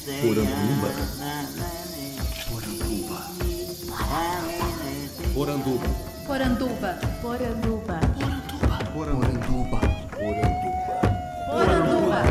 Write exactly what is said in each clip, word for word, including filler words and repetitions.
Poranduba. Poranduba. Poranduba. Poranduba. Poranduba. Poranduba. Poranduba.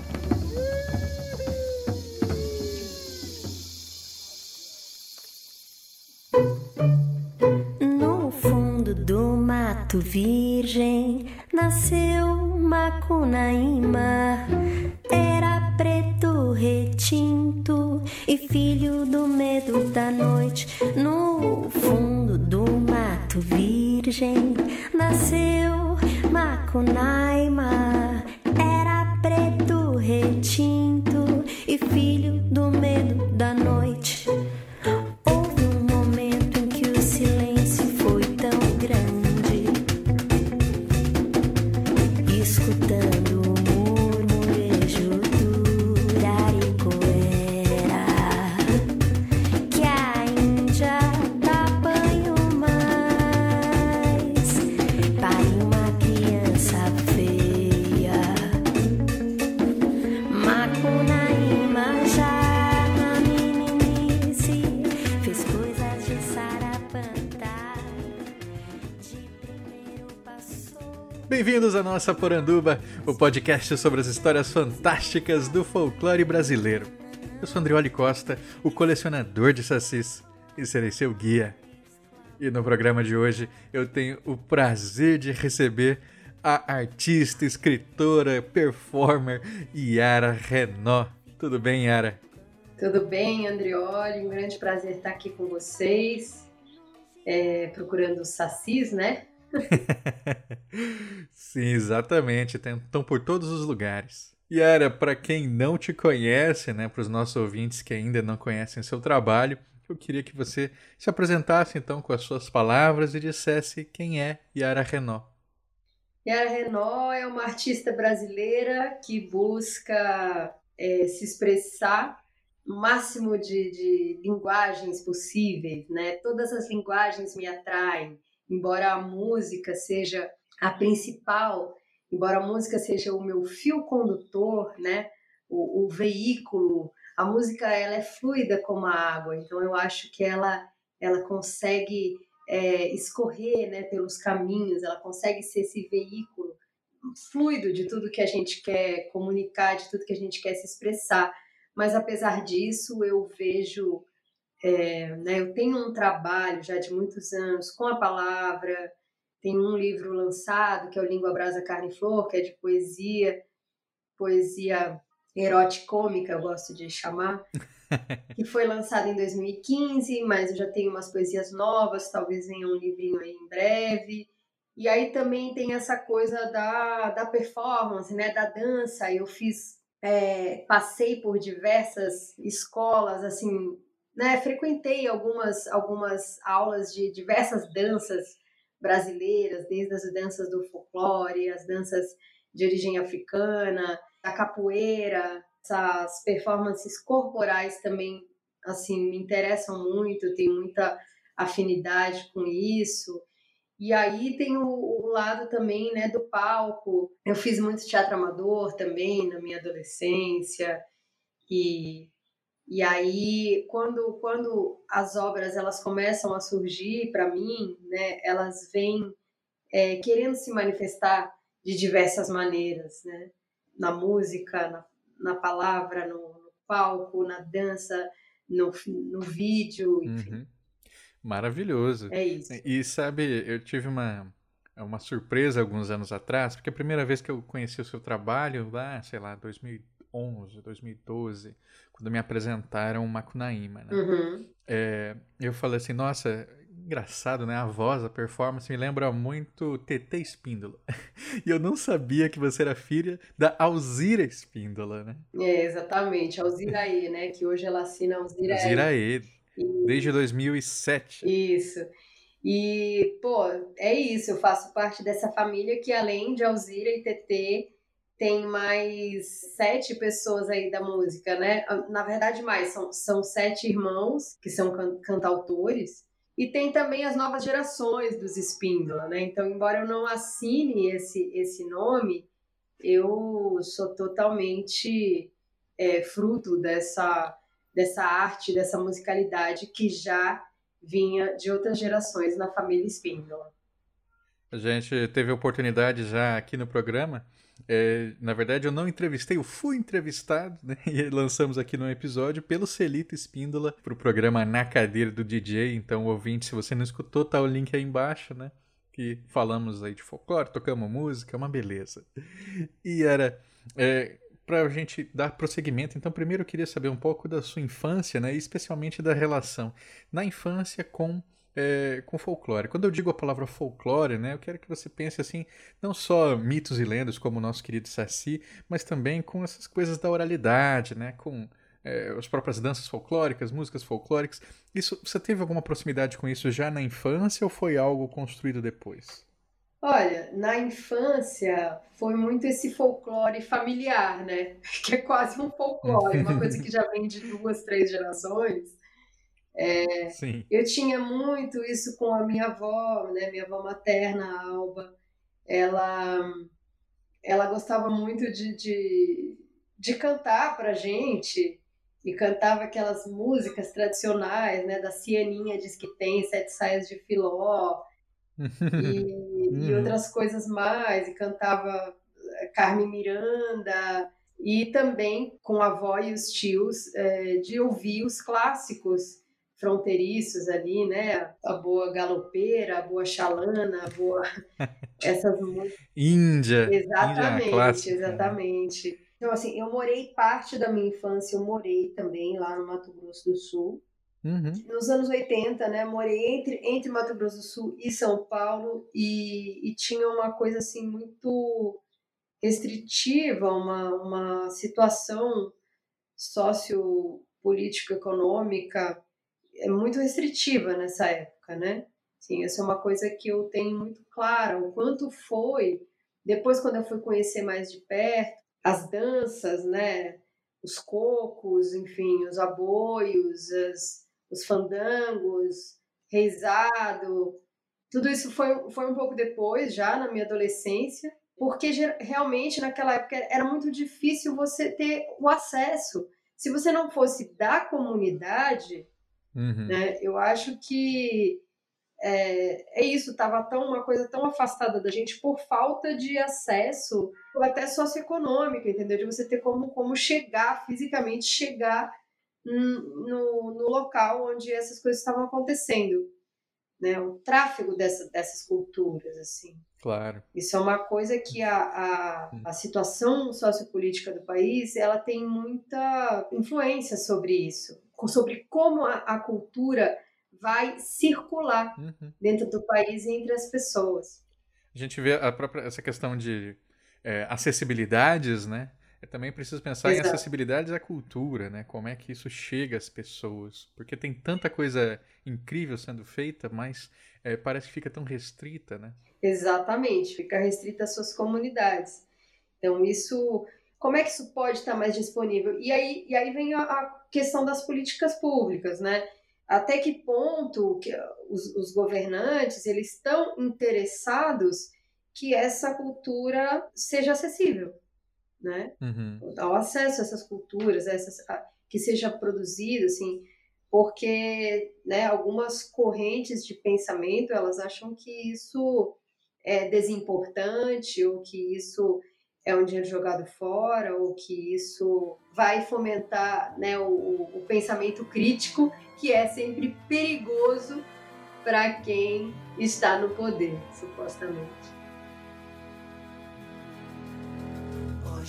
No fundo do mato virgem nasceu Macunaíma. Era preto retinto e filho do medo da noite. No fundo do mato virgem nasceu Macunaíma. Era preto retinto e filho do medo da noite. Houve um momento em que o silêncio foi tão grande, escutando o murmurejo do Araricoera, que a Índia dá banho mais para uma criança feia. Macunaíma já na meninice fez coisas de Sarapantá, de primeiro passou. Bem-vindos à nossa Poranduba, o podcast sobre as histórias fantásticas do folclore brasileiro. Eu sou Andrioli Costa, o colecionador de sacis, e serei seu guia. E no programa de hoje eu tenho o prazer de receber a artista, escritora, performer Yara Renaud. Tudo bem, Yara? Tudo bem, Andrioli? Um grande prazer estar aqui com vocês, é, procurando sacis, né? Sim, exatamente. Estão por todos os lugares. Yara, para quem não te conhece, né, para os nossos ouvintes que ainda não conhecem seu trabalho, eu queria que você se apresentasse então com as suas palavras e dissesse quem é Yara Renaud. Yara Renaud é uma artista brasileira que busca é, se expressar o máximo de, de linguagens possíveis, né? Todas as linguagens me atraem, embora a música seja a principal, embora a música seja o meu fio condutor, né? O, o veículo, a música ela é fluida como a água, então eu acho que ela, ela consegue é, escorrer, né, pelos caminhos, ela consegue ser esse veículo fluido de tudo que a gente quer comunicar, de tudo que a gente quer se expressar. Mas apesar disso, eu vejo, é, né, eu tenho um trabalho já de muitos anos com a palavra, tem um livro lançado que é o Língua, Brasa, Carne e Flor, que é de poesia, poesia erótico-cômica, eu gosto de chamar, que foi lançado em dois mil e quinze, mas eu já tenho umas poesias novas, talvez venha um livrinho aí em breve. E aí também tem essa coisa da, da performance, né, da dança. Eu fiz, é, passei por diversas escolas, assim, né, frequentei algumas, algumas aulas de diversas danças brasileiras, desde as danças do folclore, as danças de origem africana, a capoeira. Essas performances corporais também, assim, me interessam muito, eu tenho muita afinidade com isso. E aí tem o, o lado também, né, do palco. Eu fiz muito teatro amador também na minha adolescência. E, e aí, quando, quando as obras elas começam a surgir para mim, né, elas vêm é, querendo se manifestar de diversas maneiras, né? Na música, na na palavra, no, no palco, na dança, no, no vídeo, enfim. Uhum. Maravilhoso. É isso. E sabe, eu tive uma, uma surpresa alguns anos atrás, porque a primeira vez que eu conheci o seu trabalho, lá, sei lá, dois mil e onze, dois mil e doze, quando me apresentaram Macunaíma, né? Uhum. É, eu falei assim, nossa, engraçado, né? A voz, a performance me lembra muito Tetê Espíndola. E eu não sabia que você era filha da Alzira Espíndola, né? É, exatamente. Alziraí, né? Que hoje ela assina Alziraí. Alziraí, desde dois mil e sete. Isso. E, pô, é isso. Eu faço parte dessa família que, além de Alzira e Tetê, tem mais sete pessoas aí da música, né? Na verdade, mais. São, são sete irmãos que são can- cantautores. E tem também as novas gerações dos Espíndola, né? Então, embora eu não assine esse, esse nome, eu sou totalmente é, fruto dessa, dessa arte, dessa musicalidade que já vinha de outras gerações na família Espíndola. A gente teve a oportunidade já aqui no programa. É, na verdade, eu não entrevistei, eu fui entrevistado, né? E lançamos aqui no episódio pelo Celito Espíndola para o programa Na Cadeira do D J. Então, ouvinte, se você não escutou, tá o link aí embaixo, né? Que falamos aí de folclore, tocamos música, uma beleza. E era é, para a gente dar prosseguimento. Então, primeiro eu queria saber um pouco da sua infância, né? E especialmente da relação na infância com É, com folclore. Quando eu digo a palavra folclore, né, eu quero que você pense assim, não só mitos e lendas como o nosso querido Saci, mas também com essas coisas da oralidade, né, com é, as próprias danças folclóricas, músicas folclóricas. Isso, você teve alguma proximidade com isso já na infância ou foi algo construído depois? Olha, na infância foi muito esse folclore familiar, né? Que é quase um folclore, uma coisa que já vem de duas, três gerações. Sim. Eu tinha muito isso com a minha avó, né? Minha avó materna, a Alba. Ela, ela gostava muito de, de, de cantar pra gente e cantava aquelas músicas tradicionais, né? Da Cianinha diz que tem sete saias de filó e, e Uhum. outras coisas mais. E cantava Carmen Miranda e também com a avó e os tios eh, de ouvir os clássicos fronteiriços ali, né? A boa galopeira, a boa xalana, a boa essas músicas. Índia. Índia é uma Exatamente, clássica, né? exatamente. Então, assim, eu morei parte da minha infância, eu morei também lá no Mato Grosso do Sul. Uhum. Nos anos oitenta, né, morei entre, entre Mato Grosso do Sul e São Paulo e, e tinha uma coisa assim muito restritiva, uma, uma situação sociopolítico-econômica é muito restritiva nessa época, né? Sim, essa é uma coisa que eu tenho muito clara, o quanto foi, depois quando eu fui conhecer mais de perto, as danças, né? Os cocos, enfim, os aboios, as, os fandangos, reizado, tudo isso foi, foi um pouco depois, já na minha adolescência, porque realmente naquela época era muito difícil você ter o acesso. Se você não fosse da comunidade, Uhum. né, eu acho que é, é isso, estava tão, uma coisa tão afastada da gente por falta de acesso, até socioeconômico, entendeu? De você ter como, como chegar, fisicamente chegar no, no local onde essas coisas estavam acontecendo. Né, o tráfego dessa, dessas culturas, assim. Claro. Isso é uma coisa que a, a, a situação sociopolítica do país, ela tem muita influência sobre isso, sobre como a, a cultura vai circular Uhum. dentro do país e entre as pessoas. A gente vê a própria, essa questão de é, acessibilidades, né? É também preciso pensar Exato. em acessibilidades à cultura, né? Como é que isso chega às pessoas. Porque tem tanta coisa incrível sendo feita, mas é, parece que fica tão restrita, né? Exatamente, fica restrita às suas comunidades. Então, isso... Como é que isso pode estar mais disponível? E aí, e aí vem a, a questão das políticas públicas, né? Até que ponto que os, os governantes eles estão interessados que essa cultura seja acessível, né? Uhum. Ao acesso a essas culturas, a essas, a, que seja produzido, assim, porque, né, algumas correntes de pensamento elas acham que isso é desimportante ou que isso é um dinheiro jogado fora ou que isso vai fomentar, né, o, o pensamento crítico, que é sempre perigoso para quem está no poder, supostamente. O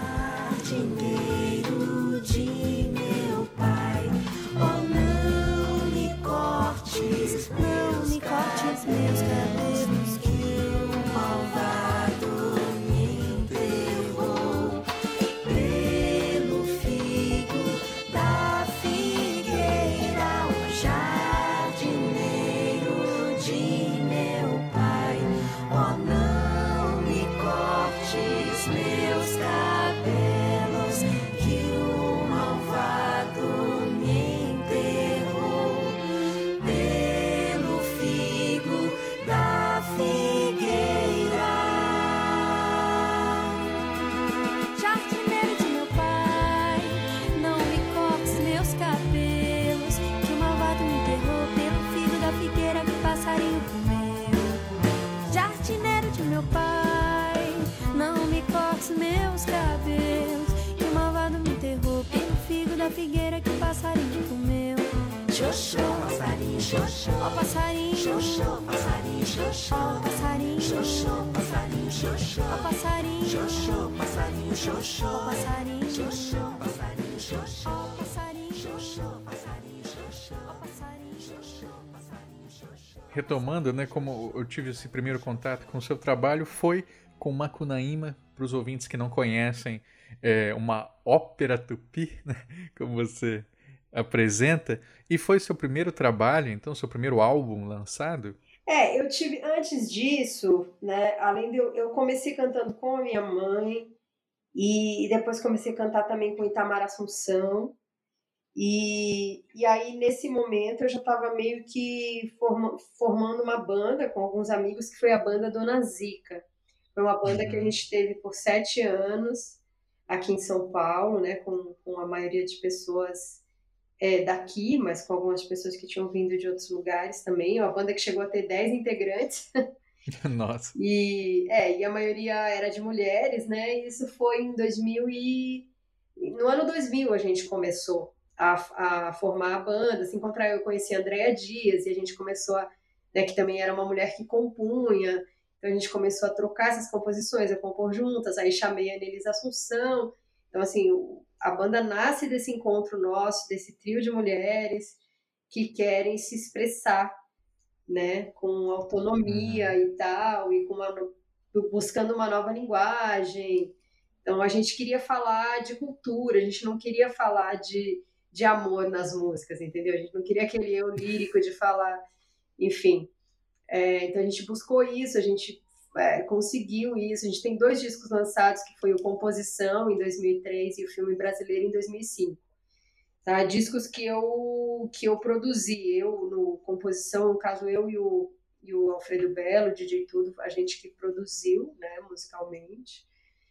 jardineiro de meu pai, oh não me cortes, não me cortes meus cabelos, que o malvado me enterrou pelo figo da figueira. O jardineiro de meu pai, oh não me cortes meus cabelos, que o malvado passarinho, xoxô, ó passarinho, xoxô, passarinho, xoxô, ó passarinho, xoxô, passarinho, xoxô, ó passarinho, xoxô, passarinho, xoxô, ó passarinho, xoxô, passarinho, xoxô, ó passarinho, xoxô, passarinho, xoxô, ó passarinho, xoxô, passarinho, xoxô. Retomando, né, como eu tive esse primeiro contato com o seu trabalho, foi com Macunaíma, para os ouvintes que não conhecem, é uma ópera tupi, né, como você apresenta, e foi seu primeiro trabalho, então, seu primeiro álbum lançado? É, eu tive, antes disso, né, além de eu, eu comecei cantando com a minha mãe, e depois comecei a cantar também com Itamar Assunção, e, e aí nesse momento eu já estava meio que forma, formando uma banda com alguns amigos, que foi a banda Dona Zica. Foi uma banda que a gente teve por sete anos aqui em São Paulo, né, com, com a maioria de pessoas é, daqui, mas com algumas pessoas que tinham vindo de outros lugares também. Uma banda que chegou a ter dez integrantes. Nossa. E, é, e a maioria era de mulheres, né? E isso foi em dois mil e... No ano dois mil a gente começou a, a formar a banda, se encontrar. Eu conheci a Andréa Dias e a gente começou a... Né, que também era uma mulher que compunha. Então a gente começou a trocar essas composições, a compor juntas. Aí chamei a Anelise Assunção. Então, assim, a banda nasce desse encontro nosso, desse trio de mulheres que querem se expressar, né, com autonomia uhum. e tal, e com uma, buscando uma nova linguagem. Então a gente queria falar de cultura, a gente não queria falar de, de amor nas músicas, entendeu? A gente não queria aquele eu lírico de falar, enfim. É, então a gente buscou isso, a gente é, conseguiu isso. A gente tem dois discos lançados, que foi o Composição, em dois mil e três, e o Filme Brasileiro, em dois mil e cinco. Tá? Discos que eu, que eu produzi, eu no Composição, no caso eu e o, e o Alfredo Belo, D J Tudo, a gente que produziu, né, musicalmente.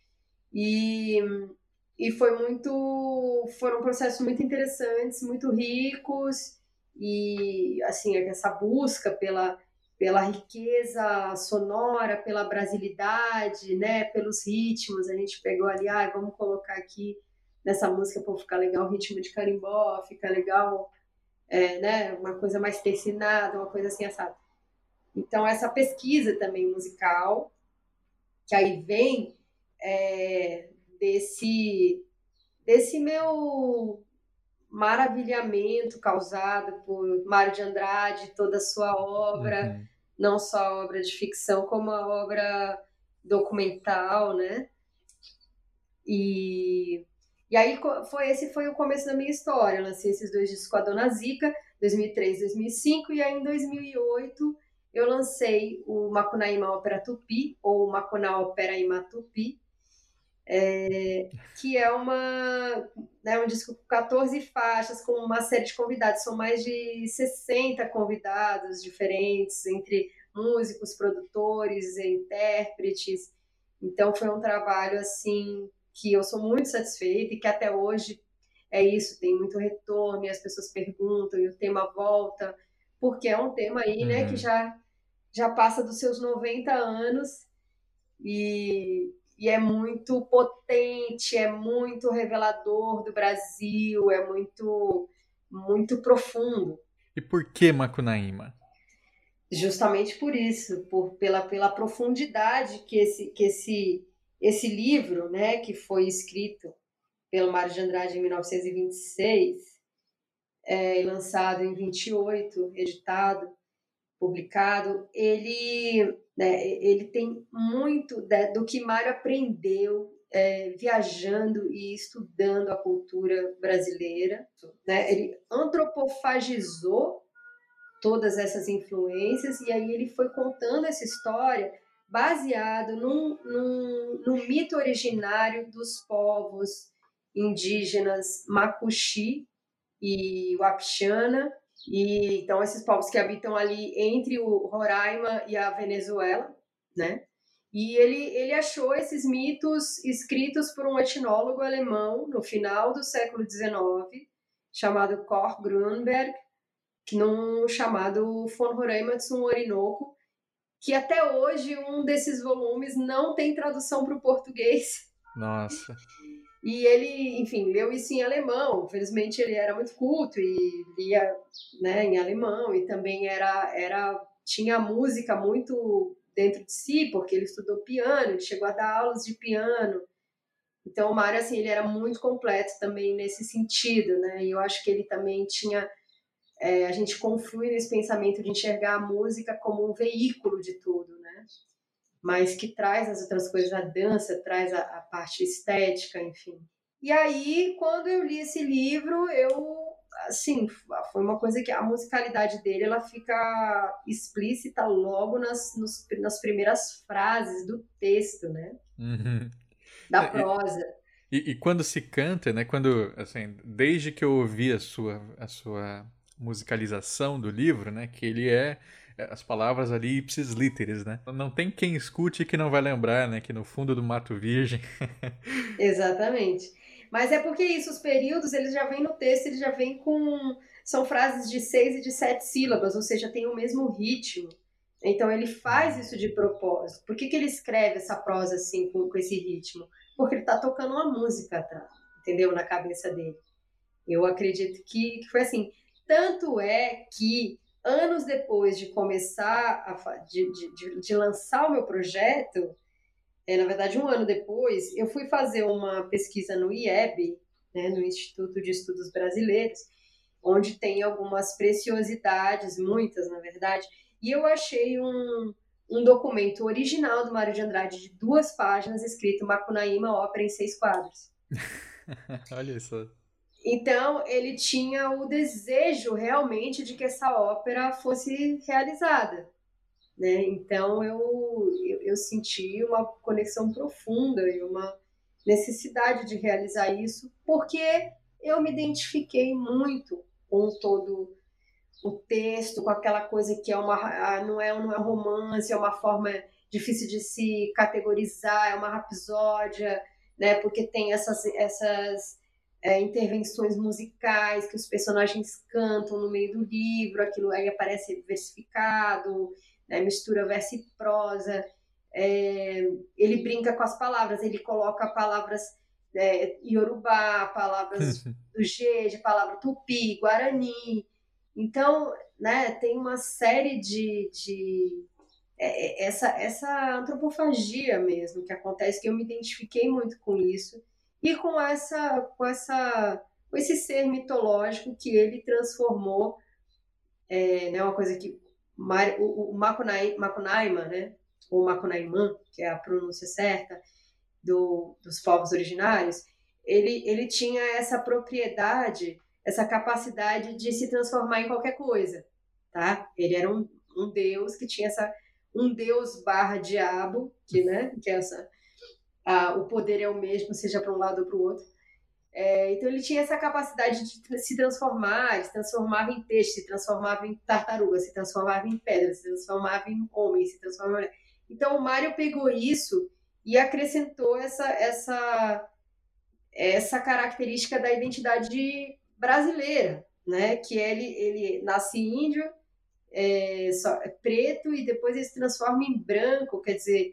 E, e foi muito, foram processos muito interessantes, muito ricos, e assim, essa busca pela, pela riqueza sonora, pela brasilidade, né, pelos ritmos. A gente pegou ali, ah, vamos colocar aqui nessa música, pô, fica legal o ritmo de carimbó, fica legal, é, né, uma coisa mais tercinada, uma coisa assim, assada. Então, essa pesquisa também musical, que aí vem é, desse, desse meu maravilhamento causado por Mário de Andrade, toda a sua obra, uhum. não só a obra de ficção, como a obra documental, né? E... E aí, foi, esse foi o começo da minha história. Eu lancei esses dois discos com a Dona Zica, dois mil e três, dois mil e cinco, e aí em dois mil e oito eu lancei o Macunaíma Ópera Tupi, ou Macuná Ópera Ima Tupi, é, que é uma, né, um disco com quatorze faixas, com uma série de convidados. São mais de sessenta convidados diferentes, entre músicos, produtores, intérpretes. Então, foi um trabalho, assim, que eu sou muito satisfeita e que até hoje é isso, tem muito retorno e as pessoas perguntam e o tema volta, porque é um tema aí, uhum. né, que já, já passa dos seus noventa anos e, e é muito potente, é muito revelador do Brasil, é muito, muito profundo. E por que Macunaíma? Justamente por isso, por, pela, pela profundidade que esse... Que esse Esse livro, né, que foi escrito pelo Mário de Andrade em mil novecentos e vinte e seis, é, lançado em vinte e oito, editado, publicado, ele, né, ele tem muito né, do que Mário aprendeu é, viajando e estudando a cultura brasileira. Né? Ele antropofagizou todas essas influências e aí ele foi contando essa história baseado num, num, num mito originário dos povos indígenas Macuxi e Wapixana, e então esses povos que habitam ali entre o Roraima e a Venezuela, né? E ele, ele achou esses mitos escritos por um etnólogo alemão no final do século dezenove, chamado Cor Grünberg, num chamado Von Roraima zum Orinoco, que até hoje um desses volumes não tem tradução para o português. Nossa. E ele, enfim, leu isso em alemão. Infelizmente, ele era muito culto e lia, né, em alemão. E também era, era, tinha a música muito dentro de si, porque ele estudou piano, ele chegou a dar aulas de piano. Então, o Mário, assim, ele era muito completo também nesse sentido, né? E eu acho que ele também tinha... É, a gente conflui nesse pensamento de enxergar a música como um veículo de tudo, né? Mas que traz as outras coisas, a dança, traz a, a parte estética, enfim. E aí, quando eu li esse livro, eu, assim, foi uma coisa que a musicalidade dele, ela fica explícita logo nas, nos, nas primeiras frases do texto, né? Uhum. Da É, prosa. E, e quando se canta, né? Quando, assim, desde que eu ouvi a sua, a sua musicalização do livro, né? Que ele é as palavras ali ipsis literis, né? Não tem quem escute que não vai lembrar, né? Que no fundo do Mato Virgem. Exatamente. Mas é porque isso, os períodos, eles já vêm no texto, eles já vêm com... São frases de seis e de sete sílabas, ou seja, tem o mesmo ritmo. Então ele faz isso de propósito. Por que, que ele escreve essa prosa assim, com, com esse ritmo? Porque ele está tocando uma música atrás, entendeu? Na cabeça dele. Eu acredito que, que foi assim. Tanto é que, anos depois de começar, a, de, de, de, de lançar o meu projeto, é, na verdade, um ano depois, eu fui fazer uma pesquisa no I E B, né, no Instituto de Estudos Brasileiros, onde tem algumas preciosidades, muitas, na verdade, e eu achei um, um documento original do Mário de Andrade, de duas páginas, escrito Macunaíma, ópera em seis quadros. Olha só. Então, ele tinha o desejo realmente de que essa ópera fosse realizada. Né? Então, eu, eu, eu senti uma conexão profunda e uma necessidade de realizar isso, porque eu me identifiquei muito com todo o texto, com aquela coisa que é uma, não, é, não é romance, é uma forma difícil de se categorizar, é uma rapsódia, né? Porque tem essas, essas é, intervenções musicais que os personagens cantam no meio do livro, aquilo aí aparece versificado, né? Mistura verso e prosa. É, ele brinca com as palavras, ele coloca palavras é, iorubá, palavras do Jeje, palavra tupi, guarani. Então, né, tem uma série de, de é, essa, essa antropofagia mesmo que acontece, que eu me identifiquei muito com isso e com essa, com essa, com esse ser mitológico que ele transformou, é, né, uma coisa que o, o Makunai, Makunaima, né, ou Makunaimã, que é a pronúncia certa do, dos povos originários, ele, ele tinha essa propriedade, essa capacidade de se transformar em qualquer coisa, tá? Ele era um, um deus que tinha essa um deus barra diabo, que, né, que é essa, a, o poder é o mesmo, seja para um lado ou para o outro. É, então ele tinha essa capacidade de se transformar, se transformava em peixe, se transformava em tartaruga, se transformava em pedra, se transformava em homem, se transformava... Então o Mário pegou isso e acrescentou essa, essa, essa característica da identidade brasileira, né? Que ele, ele nasce índio, é, só, é preto e depois ele se transforma em branco, quer dizer,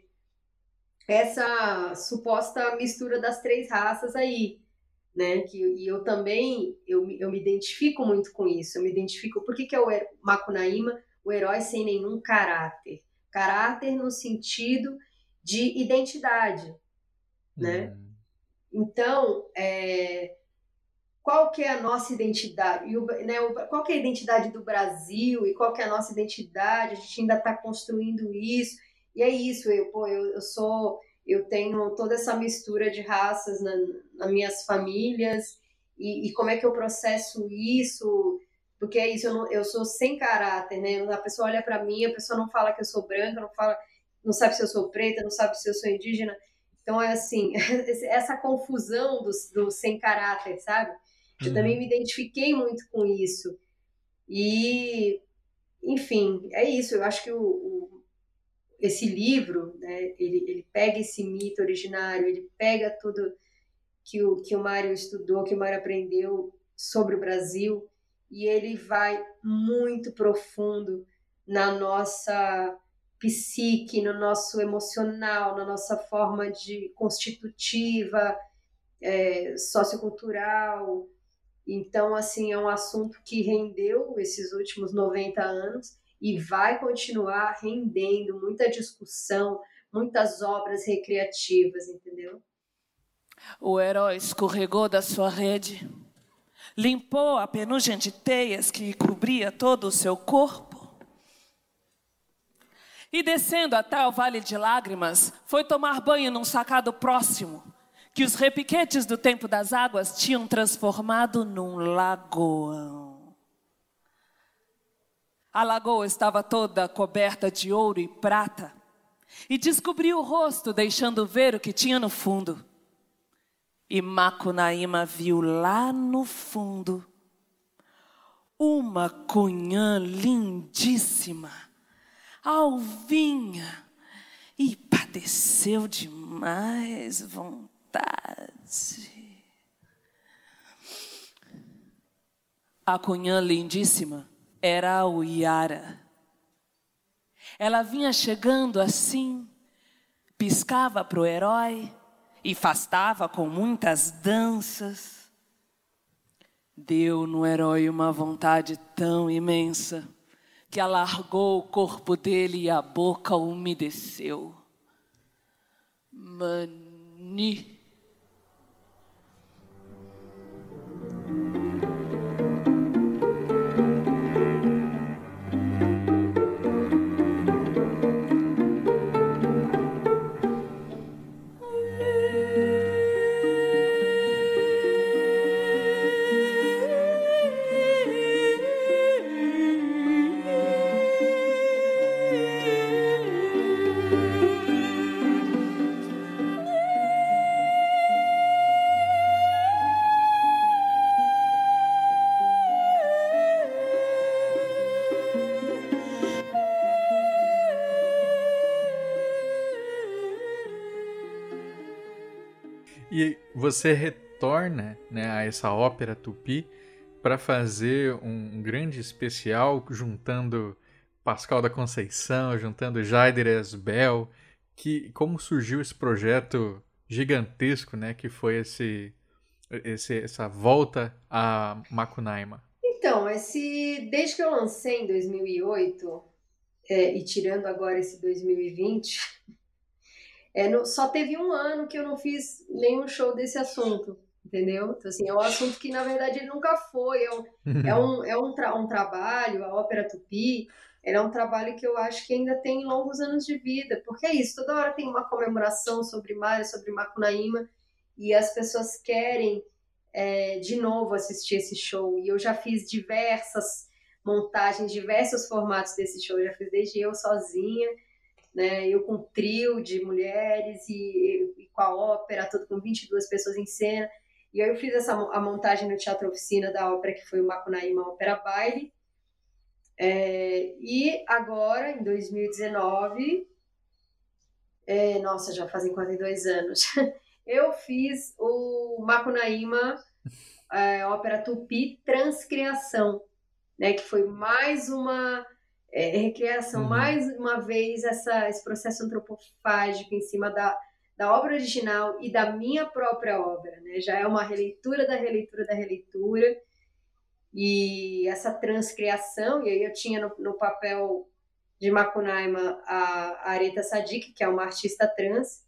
essa suposta mistura das três raças aí, né? Que, e eu também, eu, eu me identifico muito com isso, eu me identifico, por que que é o Macunaíma, o herói sem nenhum caráter? Caráter no sentido de identidade, né? Hum. Então, é, qual que é a nossa identidade? E o, né, qual que é a identidade do Brasil? E qual que é a nossa identidade? A gente ainda está construindo isso. E é isso, eu, pô, eu, eu sou... Eu tenho toda essa mistura de raças na, nas minhas famílias. E, e como é que eu processo isso? Porque é isso, eu, não, eu sou sem caráter, né? A pessoa olha para mim, a pessoa não fala que eu sou branca, não fala, não sabe se eu sou preta, não sabe se eu sou indígena. Então é assim, essa confusão do, do sem caráter, sabe? Eu uhum. também me identifiquei muito com isso. E, enfim, é isso. Eu acho que o, o, esse livro, né, ele, ele pega esse mito originário, ele pega tudo que o, que o Mário estudou, que o Mário aprendeu sobre o Brasil, e ele vai muito profundo na nossa psique, no nosso emocional, na nossa forma de constitutiva, é, sociocultural. Então, assim, é um assunto que rendeu esses últimos noventa anos e vai continuar rendendo muita discussão, muitas obras recreativas, entendeu? O herói escorregou da sua rede, limpou a penugem de teias que cobria todo o seu corpo e, descendo até o Vale de Lágrimas, foi tomar banho num sacado próximo, que os repiquetes do tempo das águas tinham transformado num lagoão. A lagoa estava toda coberta de ouro e prata, e descobriu o rosto, deixando ver o que tinha no fundo. E Macunaíma viu lá no fundo uma cunhã lindíssima, alvinha, e padeceu de mais vontade. A cunhã lindíssima era a Uiara. Ela vinha chegando assim, piscava para o herói e fastava com muitas danças. Deu no herói uma vontade tão imensa que alargou o corpo dele e a boca umedeceu. Mani. E você retorna, né, a essa ópera tupi para fazer um grande especial juntando Pascal da Conceição, juntando Jaider Esbel. Que, como surgiu esse projeto gigantesco, né, que foi esse, esse, essa volta a Macunaíma? Então, esse, desde que eu lancei em dois mil e oito, é, e tirando agora esse dois mil e vinte... É, no, só teve um ano que eu não fiz nenhum show desse assunto, entendeu? Então, assim, é um assunto que, na verdade, ele nunca foi. É um, é um, é um, tra- um trabalho, a Ópera Tupi, é um trabalho que eu acho que ainda tem longos anos de vida, porque é isso, toda hora tem uma comemoração sobre Mara, sobre Macunaíma, e as pessoas querem, é, de novo, assistir esse show. E eu já fiz diversas montagens, diversos formatos desse show, eu já fiz desde eu sozinha, né, eu com um trio de mulheres e, e com a ópera, tudo com vinte e duas pessoas em cena. E aí eu fiz essa, a montagem no Teatro Oficina da ópera, que foi o Macunaíma Ópera Baile. É, e agora, em dois mil e dezenove, é, nossa, já fazem quase dois anos, eu fiz o Macunaíma é, Ópera Tupi Transcriação, né, que foi mais uma... É, recriação, uhum. mais uma vez, essa, esse processo antropofágico em cima da, da obra original e da minha própria obra, né? Já é uma releitura da releitura da releitura, e essa transcriação, e aí eu tinha no, no papel de Macunaíma a Aretha Sadiq, que é uma artista trans,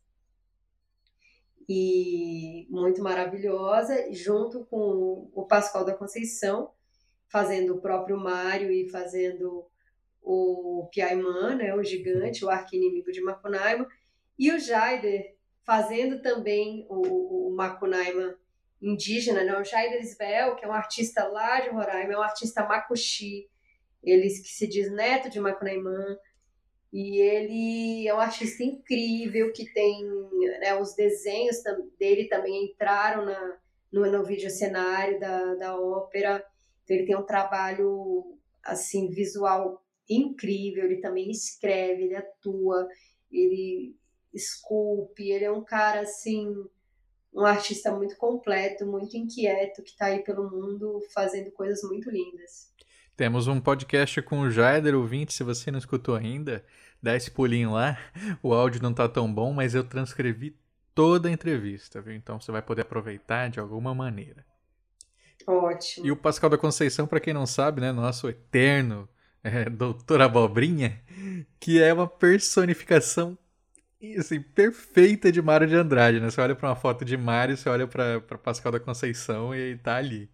e muito maravilhosa, junto com o Pascal da Conceição, fazendo o próprio Mário e fazendo o Piaimã, né, o gigante, o arqui-inimigo de Macunaíma, e o Jaider fazendo também o, o Macunaíma indígena, né, o Jaider Esbel, que é um artista lá de Roraima, é um artista macuxi, ele que se diz neto de Macunaíma, e ele é um artista incrível, que tem, né, os desenhos dele também entraram na, no, no videocenário da, da ópera, então ele tem um trabalho assim, visual incrível, ele também escreve, ele atua, ele esculpe, ele é um cara, assim, um artista muito completo, muito inquieto, que está aí pelo mundo fazendo coisas muito lindas. Temos um podcast com o Jaider, ouvinte, se você não escutou ainda, dá esse pulinho lá, o áudio não tá tão bom, mas eu transcrevi toda a entrevista, viu? Então você vai poder aproveitar de alguma maneira. Ótimo. E o Pascal da Conceição, para quem não sabe, né, nosso eterno é, doutor Abobrinha, que é uma personificação assim, perfeita de Mário de Andrade, né? Você olha para uma foto de Mário, você olha para Pascal da Conceição e ele tá ali.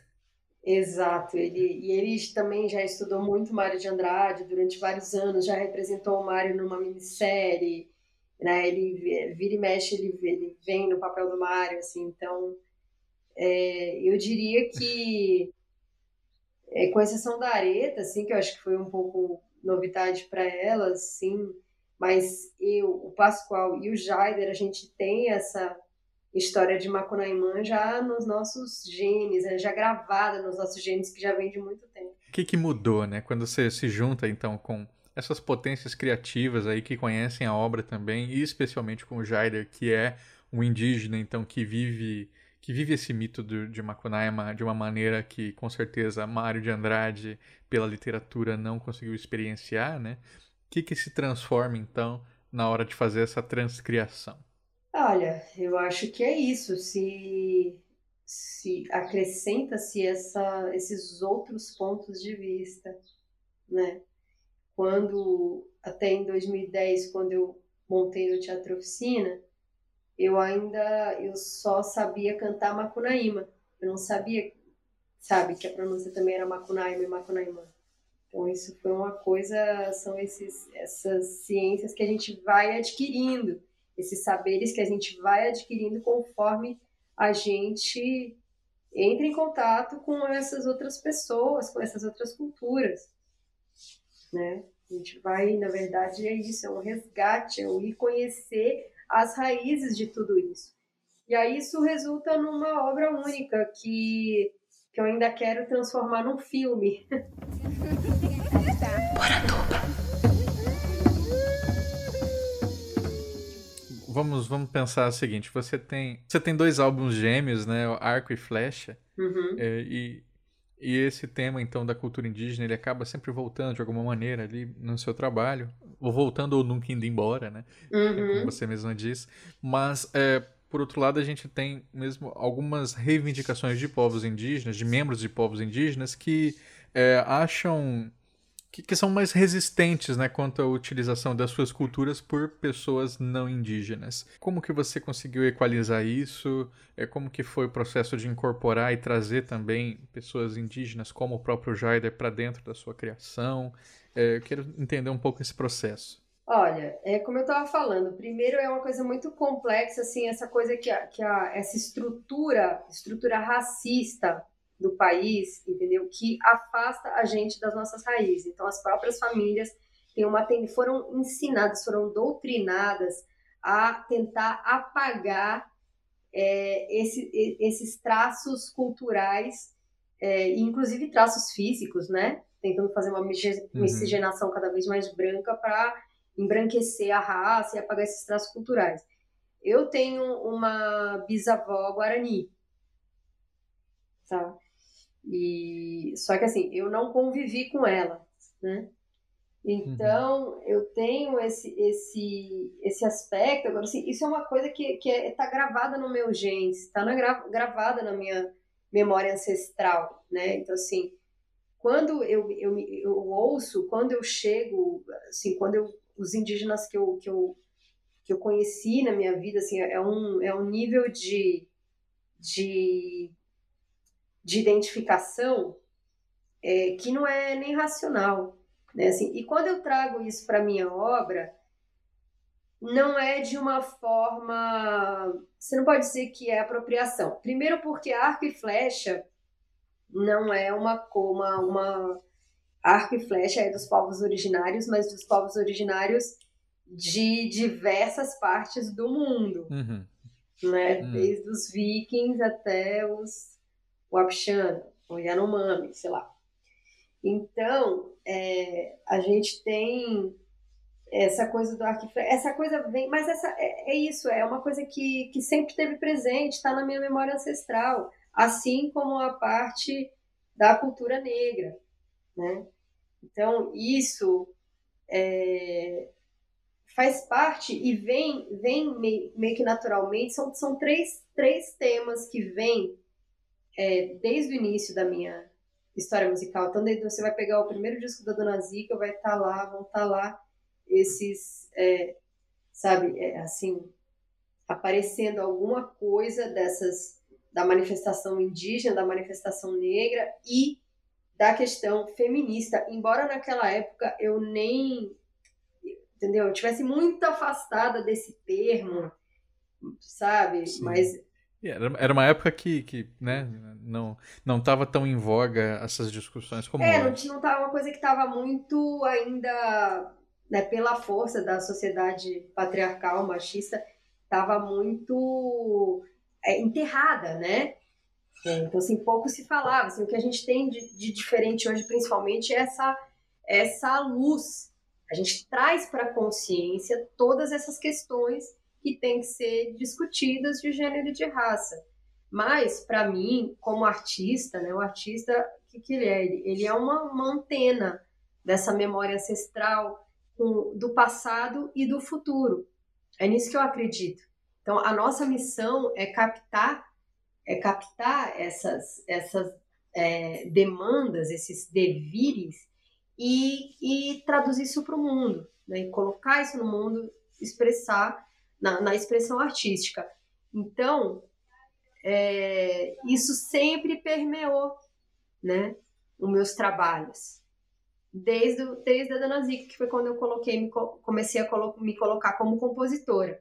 Exato, ele, e ele também já estudou muito Mário de Andrade durante vários anos, já representou o Mário numa minissérie, né? Ele vira e mexe, ele, ele vem no papel do Mário, assim, então é, eu diria que, é, com exceção da Areta, assim, que eu acho que foi um pouco novidade para ela, assim, mas eu, o Pascoal e o Jaider, a gente tem essa história de Macunaíma já nos nossos genes, né? Já gravada nos nossos genes, que já vem de muito tempo. O que, que mudou, né? Quando você se junta, então, com essas potências criativas aí que conhecem a obra também, e especialmente com o Jaider, que é um indígena, então, que vive, que vive esse mito do, de Macunaíma de uma maneira que, com certeza, Mário de Andrade, pela literatura, não conseguiu experienciar, né? O que, que se transforma, então, na hora de fazer essa transcriação? Olha, eu acho que é isso. Se, se acrescenta-se essa, esses outros pontos de vista, né? Quando, até em dois mil e dez, quando eu montei no Teatro Oficina, eu ainda, eu só sabia cantar Macunaíma. Eu não sabia, sabe, que a pronúncia também era Macunaíma e Macunaíma. Então isso foi uma coisa, são esses, essas ciências que a gente vai adquirindo, esses saberes que a gente vai adquirindo conforme a gente entra em contato com essas outras pessoas, com essas outras culturas, né? A gente vai, na verdade, é isso, é um resgate, é um ir conhecer as raízes de tudo isso. E aí isso resulta numa obra única que, que eu ainda quero transformar num filme. Vamos, vamos pensar o seguinte, você tem, você tem dois álbuns gêmeos, né, o Arco e Flecha, Uhum. é, e, e esse tema, então, da cultura indígena, ele acaba sempre voltando de alguma maneira ali no seu trabalho, ou voltando ou nunca indo embora, né, é, como Uhum. você mesma diz, mas, é, por outro lado, a gente tem mesmo algumas reivindicações de povos indígenas, de membros de povos indígenas, que é, acham... Que, que são mais resistentes, né, quanto à utilização das suas culturas por pessoas não indígenas. Como que você conseguiu equalizar isso? É, como que foi o processo de incorporar e trazer também pessoas indígenas, como o próprio Jaider, para dentro da sua criação? É, eu quero entender um pouco esse processo. Olha, é como eu estava falando, primeiro é uma coisa muito complexa, assim, essa coisa que, a, que a, essa estrutura, estrutura racista do país, entendeu? Que afasta a gente das nossas raízes. Então, as próprias famílias têm uma, foram ensinadas, foram doutrinadas a tentar apagar é, esse, esses traços culturais, é, inclusive traços físicos, né? Tentando fazer uma miscigenação cada vez mais branca para embranquecer a raça e apagar esses traços culturais. Eu tenho uma bisavó guarani, tá? E só que assim, eu não convivi com ela, né? Então, uhum. eu tenho esse esse esse aspecto, agora assim, isso é uma coisa que que é, tá gravada no meu genes, está na gra, gravada na minha memória ancestral, né? Então assim, quando eu, eu eu ouço, quando eu chego, assim, quando eu os indígenas que eu que eu que eu conheci na minha vida, assim, é um é um nível de de de identificação é, que não é nem racional, né? Assim, e quando eu trago isso para minha obra, não é de uma forma... Você não pode dizer que é apropriação. Primeiro porque arco e flecha não é uma... uma, uma arco e flecha é dos povos originários, mas dos povos originários de diversas partes do mundo, uhum. né? Uhum. Desde os vikings até os Wapixana, o Yanomami, sei lá. Então, é, a gente tem essa coisa do arco e flecha, essa coisa vem, mas essa, é, é isso, é uma coisa que, que sempre esteve presente, está na minha memória ancestral, assim como a parte da cultura negra, né? Então, isso é, faz parte e vem, vem meio, meio que naturalmente, são, são três, três temas que vêm é, desde o início da minha história musical. Então, daí você vai pegar o primeiro disco da Dona Zica, vai estar lá, vão estar lá esses, é, sabe, é, assim, aparecendo alguma coisa dessas, da manifestação indígena, da manifestação negra e da questão feminista, embora naquela época eu nem, entendeu, eu tivesse muito afastada desse termo, sabe, Sim. mas... Era, era uma época que, que né, não não estava tão em voga essas discussões como É, não, hoje. não tava uma coisa que estava muito ainda, né, pela força da sociedade patriarcal, machista, estava muito é, enterrada, né? É, então, assim, pouco se falava. Assim, o que a gente tem de, de diferente hoje, principalmente, é essa, essa luz. A gente traz para a consciência todas essas questões que têm que ser discutidas de gênero e de raça. Mas, para mim, como artista, né, o artista, o que, que ele é? Ele, ele é uma, uma antena dessa memória ancestral com, do passado e do futuro. É nisso que eu acredito. Então, a nossa missão é captar é captar essas, essas é, demandas, esses devires e, e traduzir isso para o mundo, né? E colocar isso no mundo, expressar na, na expressão artística. Então, é, isso sempre permeou, né, os meus trabalhos. Desde, desde a Dona Zica, que foi quando eu coloquei, me, comecei a colo, me colocar como compositora.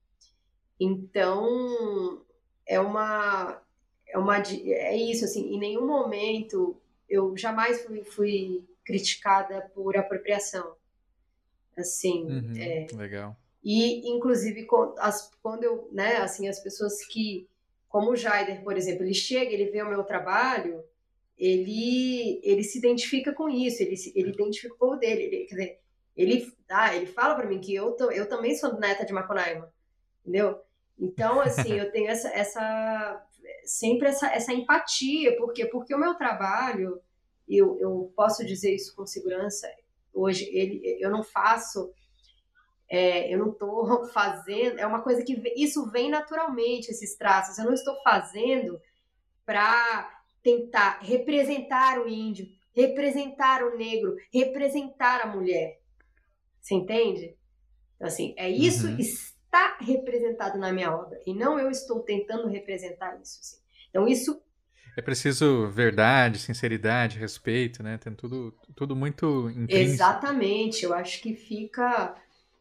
Então, é uma, é uma é isso, assim, em nenhum momento eu jamais fui, fui criticada por apropriação, assim, Uhum, é, legal. e inclusive as, quando eu, né, assim, as pessoas que, como o Jaider, por exemplo, ele chega, ele vê o meu trabalho, ele, ele se identifica com isso, ele, ele identifica o povo dele, ele, quer dizer, ele, ah, ele fala para mim que eu, eu também sou neta de Macunaíma, entendeu? Então, assim, eu tenho essa, essa sempre essa, essa empatia, porque porque o meu trabalho, eu, eu posso dizer isso com segurança, hoje ele, eu não faço, é, eu não estou fazendo, é uma coisa que isso vem naturalmente, esses traços, eu não estou fazendo para tentar representar o índio, representar o negro, representar a mulher, você entende? Então, assim, é isso, Uhum. está representado na minha obra, e não eu estou tentando representar isso. Assim. Então, isso... É preciso verdade, sinceridade, respeito, né? Tem tudo, tudo muito intrínseco. Exatamente, eu acho que fica...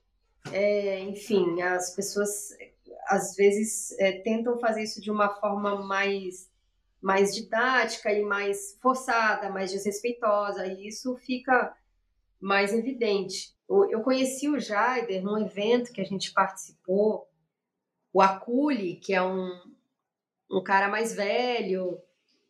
É, enfim, as pessoas, às vezes, é, tentam fazer isso de uma forma mais, mais didática e mais forçada, mais desrespeitosa, e isso fica mais evidente. Eu conheci o Jaider num evento que a gente participou, o Aculi, que é um, um cara mais velho,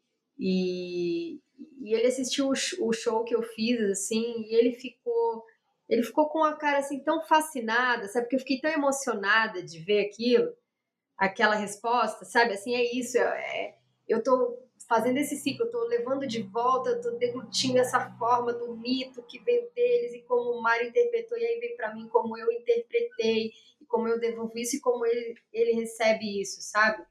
e, e ele assistiu o, o show que eu fiz, assim, e ele ficou, ele ficou com a cara, assim, tão fascinada, sabe? Porque eu fiquei tão emocionada de ver aquilo, aquela resposta, sabe? Assim, é isso, é, eu tô fazendo esse ciclo, eu tô levando de volta, eu tô deglutindo essa forma do mito que veio deles e como o Mário interpretou, e aí veio para mim como eu interpretei, e como eu devolvi isso e como ele, ele recebe isso, sabe?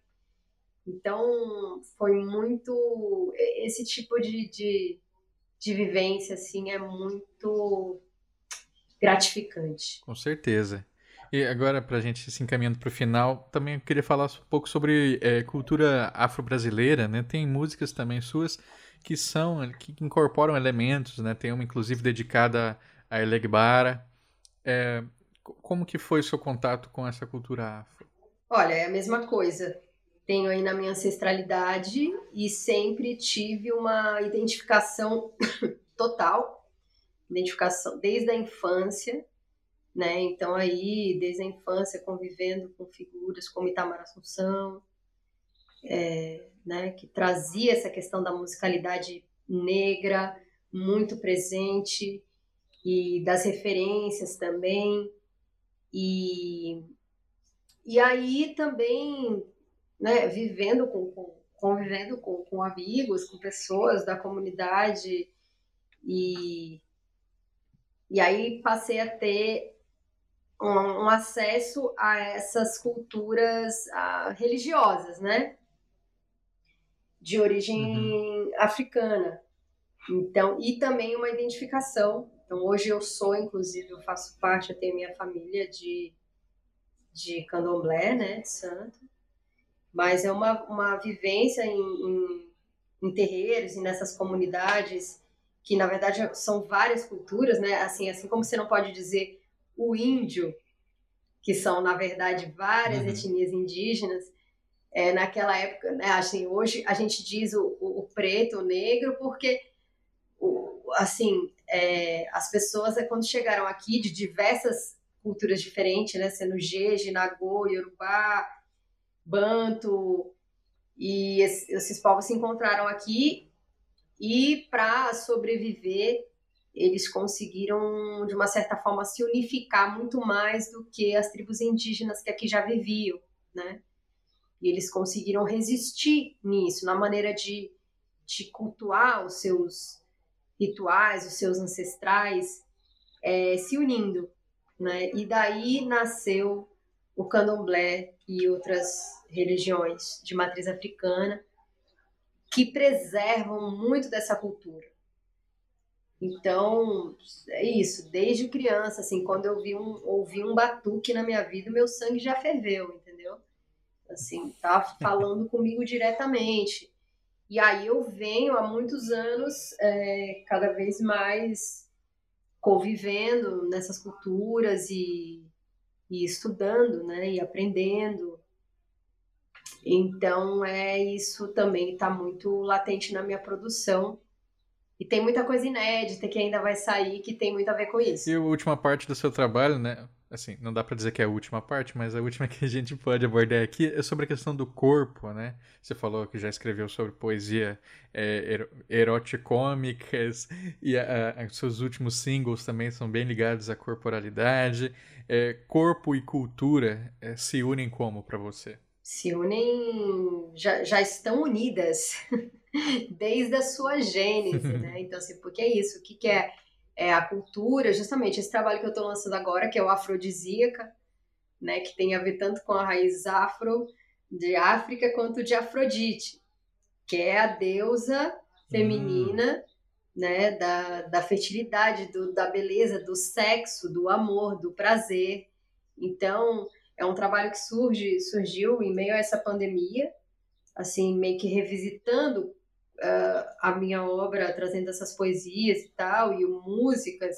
Então, foi muito... Esse tipo de, de, de vivência, assim, é muito gratificante. Com certeza. E agora, para a gente se encaminhando para o final, também eu queria falar um pouco sobre é, cultura afro-brasileira, né? Tem músicas também suas que são, que incorporam elementos, né? Tem uma, inclusive, dedicada a Elegbara. É, como que foi o seu contato com essa cultura afro? Olha, é a mesma coisa. Tenho aí na minha ancestralidade e sempre tive uma identificação total, identificação desde a infância, né? Então aí, desde a infância, convivendo com figuras como Itamar Assunção, é, né? Que trazia essa questão da musicalidade negra muito presente e das referências também. E, e aí também, né, vivendo com, com convivendo com, com amigos, com pessoas da comunidade, e, e aí passei a ter um, um acesso a essas culturas a, religiosas, né? De origem uhum. africana. Então, e também uma identificação. Então, hoje eu sou, inclusive, eu faço parte, eu tenho minha família de, de candomblé, né, de santo. Mas é uma, uma vivência em, em, em terreiros e nessas comunidades que, na verdade, são várias culturas, né? Assim, assim como você não pode dizer o índio, que são, na verdade, várias uhum. etnias indígenas, é, naquela época, né? Assim, hoje a gente diz o, o, o preto, o negro, porque, o, assim, é, as pessoas, quando chegaram aqui, de diversas culturas diferentes, né? Sendo Jeje, Nagô, Yorubá, Banto, e esse, esses povos se encontraram aqui e, para sobreviver, eles conseguiram, de uma certa forma, se unificar muito mais do que as tribos indígenas que aqui já viviam, né? E eles conseguiram resistir nisso, na maneira de, de cultuar os seus rituais, os seus ancestrais, é, se unindo, né? E daí nasceu o candomblé e outras religiões de matriz africana que preservam muito dessa cultura. Então, é isso, desde criança, assim, quando eu vi um, ouvi um batuque na minha vida, meu sangue já ferveu, entendeu? Assim, tá falando comigo diretamente. E aí eu venho há muitos anos, é, cada vez mais convivendo nessas culturas e, e estudando, né, e aprendendo. Então, é isso também está muito latente na minha produção. E tem muita coisa inédita que ainda vai sair, que tem muito a ver com isso. E a última parte do seu trabalho, né? Assim, não dá para dizer que é a última parte, mas a última que a gente pode abordar aqui é sobre a questão do corpo, né? Você falou que já escreveu sobre poesia é, eroticômicas e a, a, seus últimos singles também são bem ligados à corporalidade. É, corpo e cultura é, se unem como para você? Se unem, já, já estão unidas desde a sua gênese, né? Então, assim, porque é isso, o que, que é, é a cultura, justamente esse trabalho que eu estou lançando agora, que é o Afrodisíaca, né? Que tem a ver tanto com a raiz afro de África quanto de Afrodite, que é a deusa feminina, hum. né? Da, da fertilidade, do, da beleza, do sexo, do amor, do prazer. Então, é um trabalho que surge, surgiu em meio a essa pandemia, assim, meio que revisitando uh, a minha obra, trazendo essas poesias e tal, e músicas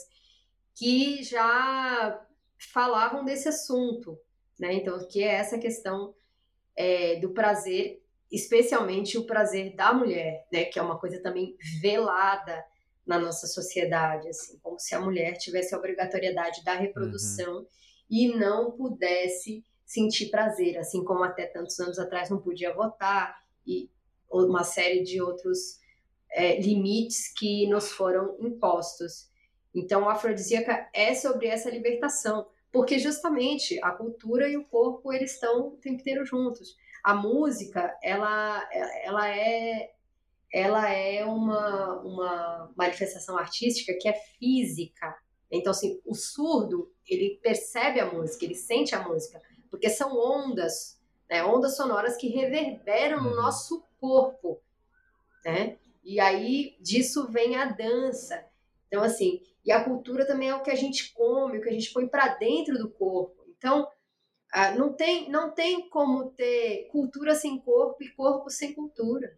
que já falavam desse assunto, né? Então, que é essa questão é, do prazer, especialmente o prazer da mulher, né? Que é uma coisa também velada na nossa sociedade, assim, como se a mulher tivesse a obrigatoriedade da reprodução uhum. e não pudesse sentir prazer, assim como até tantos anos atrás não podia votar, e uma série de outros é, limites que nos foram impostos. Então, o Afrodisíaca é sobre essa libertação, porque justamente a cultura e o corpo, eles estão o tempo inteiro juntos. A música, ela, ela é, ela é uma, uma manifestação artística que é física. Então, assim, o surdo, ele percebe a música, ele sente a música, porque são ondas, né, ondas sonoras que reverberam uhum. no nosso corpo, né? E aí, disso vem a dança. Então, assim, e a cultura também é o que a gente come, o que a gente põe para dentro do corpo. Então, ah, não tem, não tem como ter cultura sem corpo e corpo sem cultura.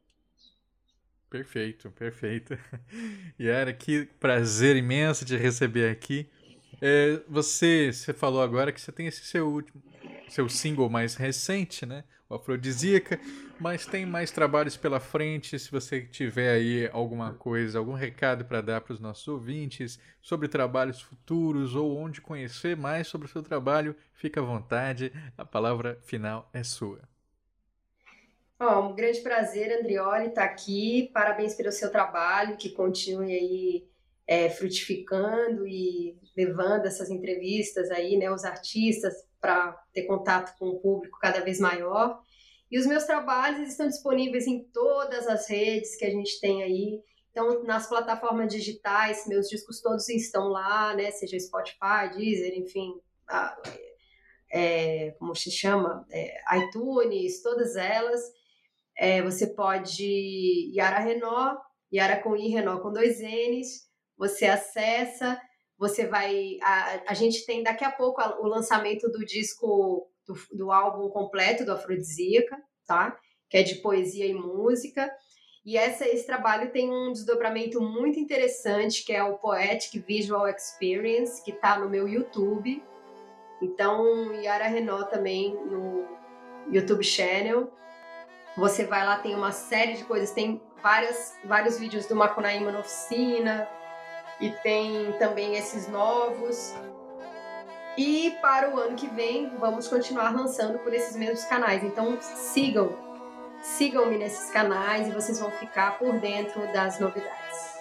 Perfeito, perfeito. Yara, que prazer imenso de receber aqui. É, você, você falou agora que você tem esse seu último, seu single mais recente, né? O Afrodisíaca, mas tem mais trabalhos pela frente. Se você tiver aí alguma coisa, algum recado para dar para os nossos ouvintes sobre trabalhos futuros ou onde conhecer mais sobre o seu trabalho, fica à vontade. A palavra final é sua. Oh, um grande prazer, Andrioli, estar aqui. Parabéns pelo seu trabalho, que continue aí é, frutificando e levando essas entrevistas aí, né, os artistas para ter contato com o público cada vez maior. E os meus trabalhos estão disponíveis em todas as redes que a gente tem aí. Então, nas plataformas digitais, meus discos todos estão lá, né, seja Spotify, Deezer, enfim, a, é, como se chama? É, iTunes, todas elas. É, você pode... Yara Renault, Yara com I, Renault com dois N's. Você acessa, você vai... A, a gente tem daqui a pouco a, o lançamento do disco, do, do álbum completo do Afrodisíaca, tá? Que é de poesia e música. E essa, esse trabalho tem um desdobramento muito interessante, que é o Poetic Visual Experience, que está no meu YouTube. Então, Yara Renault também no YouTube Channel. Você vai lá, tem uma série de coisas, tem várias, vários vídeos do Macunaíma na oficina, e tem também esses novos. E para o ano que vem, vamos continuar lançando por esses mesmos canais. Então, sigam, sigam-me nesses canais e vocês vão ficar por dentro das novidades.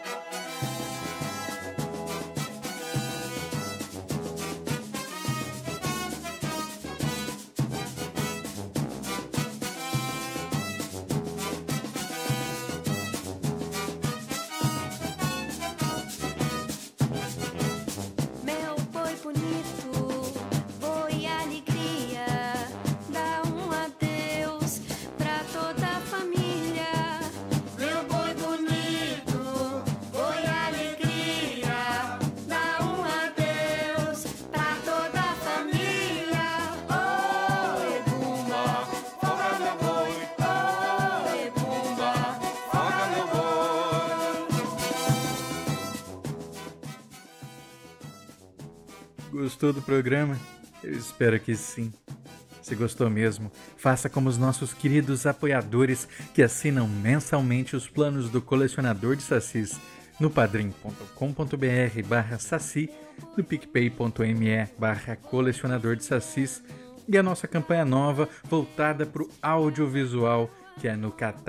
Gostou do programa? Eu espero que sim. Se gostou mesmo, faça como os nossos queridos apoiadores que assinam mensalmente os planos do Colecionador de Sacis no padrim.com.br barra saci, no picpay.me barra colecionador de sacis e a nossa campanha nova voltada para o audiovisual, que é no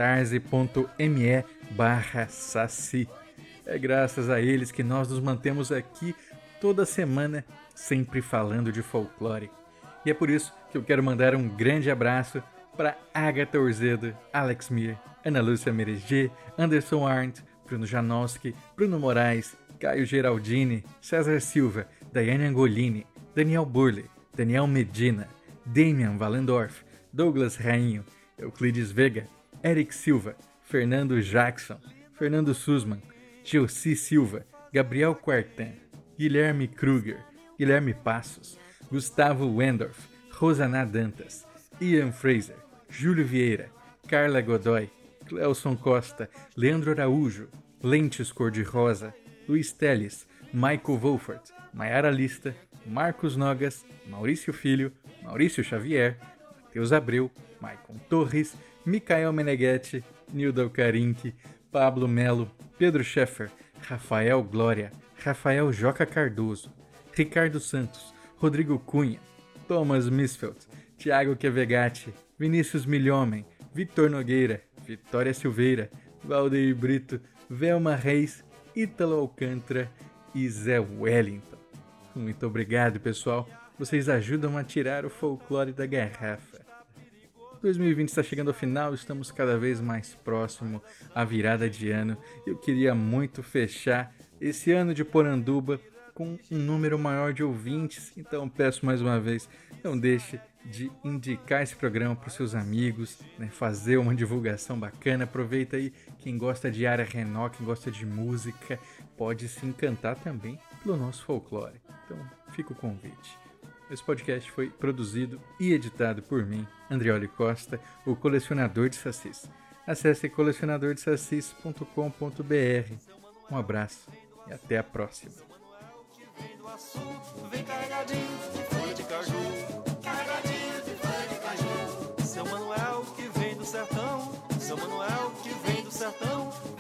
catarse.me barra saci. É graças a eles que nós nos mantemos aqui toda semana, sempre falando de folclore. E é por isso que eu quero mandar um grande abraço para Agatha Orzedo, Alex Mir, Ana Lúcia Mereger, Anderson Arndt, Bruno Janowski, Bruno Moraes, Caio Geraldini, César Silva, Daiane Angolini, Daniel Burley, Daniel Medina, Damian Valendorf, Douglas Rainho, Euclides Vega, Eric Silva, Fernando Jackson, Fernando Sussman, Gilci Silva, Gabriel Quartan, Guilherme Kruger, Guilherme Passos, Gustavo Wendorf, Rosana Dantas, Ian Fraser, Júlio Vieira, Carla Godoy, Cleuson Costa, Leandro Araújo, Lentes Cor-de-Rosa, Luiz Teles, Michael Wolfert, Maiara Lista, Marcos Nogas, Maurício Filho, Maurício Xavier, Matheus Abreu, Maicon Torres, Micael Meneghetti, Nilda Alcarinque, Pablo Melo, Pedro Scheffer, Rafael Glória, Rafael Joca Cardoso, Ricardo Santos, Rodrigo Cunha, Thomas Misfeld, Thiago Quevegatti, Vinícius Milhomem, Vitor Nogueira, Vitória Silveira, Valdeir Brito, Velma Reis, Ítalo Alcântara e Zé Wellington. Muito obrigado, pessoal. Vocês ajudam a tirar o folclore da garrafa. dois mil e vinte está chegando ao final, estamos cada vez mais próximo à virada de ano. Eu queria muito fechar esse ano de Poranduba com um número maior de ouvintes, então peço mais uma vez, não deixe de indicar esse programa para os seus amigos, né, fazer uma divulgação bacana. Aproveita aí, quem gosta de Yara Renault, quem gosta de música, pode se encantar também pelo nosso folclore. Então fica o convite. Esse podcast foi produzido e editado por mim, Andrioli Costa, o Colecionador de Sacis. Acesse colecionador de sacis ponto com ponto br. Um abraço e até a próxima. Vem carregadinho de folha de caju, carregadinho de folha de caju. Seu Manuel que vem do sertão, seu Manuel que vem do sertão.